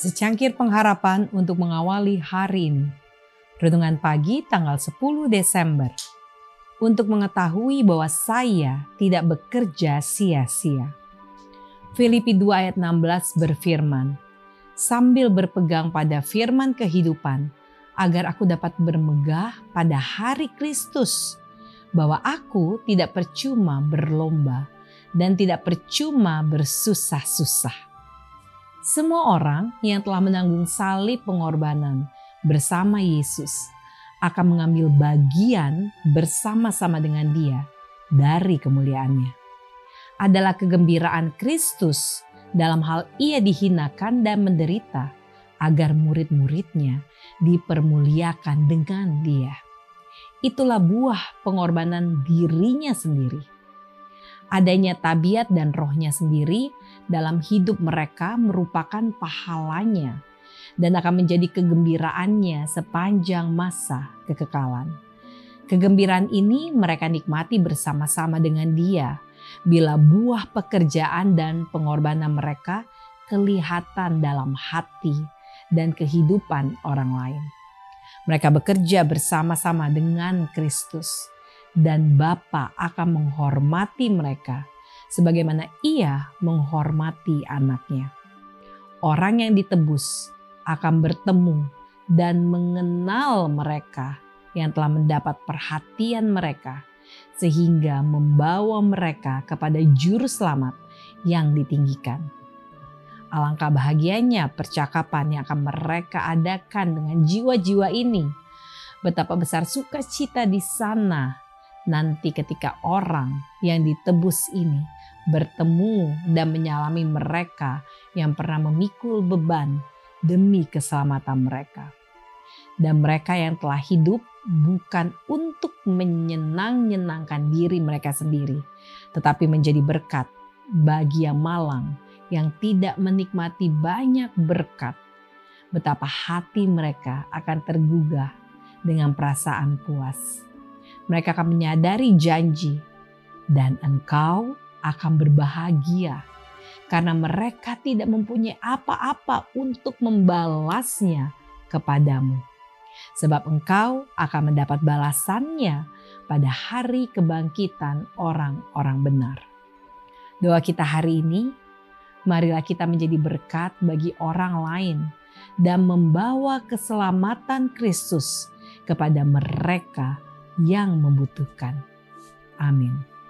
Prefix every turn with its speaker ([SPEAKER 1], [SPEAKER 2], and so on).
[SPEAKER 1] Secangkir pengharapan untuk mengawali hari ini. Renungan pagi tanggal 10 Desember. Untuk mengetahui bahwa saya tidak bekerja sia-sia. Filipi 2 ayat 16 berfirman, sambil berpegang pada firman kehidupan, agar aku dapat bermegah pada hari Kristus, bahwa aku tidak percuma berlomba dan tidak percuma bersusah-susah. Semua orang yang telah menanggung salib pengorbanan bersama Yesus akan mengambil bagian bersama-sama dengan Dia dari kemuliaannya. Adalah kegembiraan Kristus dalam hal Ia dihinakan dan menderita agar murid-muridnya dipermuliakan dengan Dia. Itulah buah pengorbanan dirinya sendiri. Adanya tabiat dan rohnya sendiri dalam hidup mereka merupakan pahalanya dan akan menjadi kegembiraannya sepanjang masa kekekalan. Kegembiraan ini mereka nikmati bersama-sama dengan Dia bila buah pekerjaan dan pengorbanan mereka kelihatan dalam hati dan kehidupan orang lain. Mereka bekerja bersama-sama dengan Kristus. Dan Bapa akan menghormati mereka sebagaimana Ia menghormati anaknya. Orang yang ditebus akan bertemu dan mengenal mereka yang telah mendapat perhatian mereka sehingga membawa mereka kepada juru selamat yang ditinggikan. Alangkah bahagianya percakapan yang akan mereka adakan dengan jiwa-jiwa ini. Betapa besar sukacita di sana nanti ketika orang yang ditebus ini bertemu dan menyalami mereka yang pernah memikul beban demi keselamatan mereka. Dan mereka yang telah hidup bukan untuk menyenangkan diri mereka sendiri, tetapi menjadi berkat bagi yang malang yang tidak menikmati banyak berkat. Betapa hati mereka akan tergugah dengan perasaan puas. Mereka akan menyadari janji dan engkau akan berbahagia karena mereka tidak mempunyai apa-apa untuk membalasnya kepadamu. Sebab engkau akan mendapat balasannya pada hari kebangkitan orang-orang benar. Doa kita hari ini, marilah kita menjadi berkat bagi orang lain dan membawa keselamatan Kristus kepada mereka yang membutuhkan. Amin.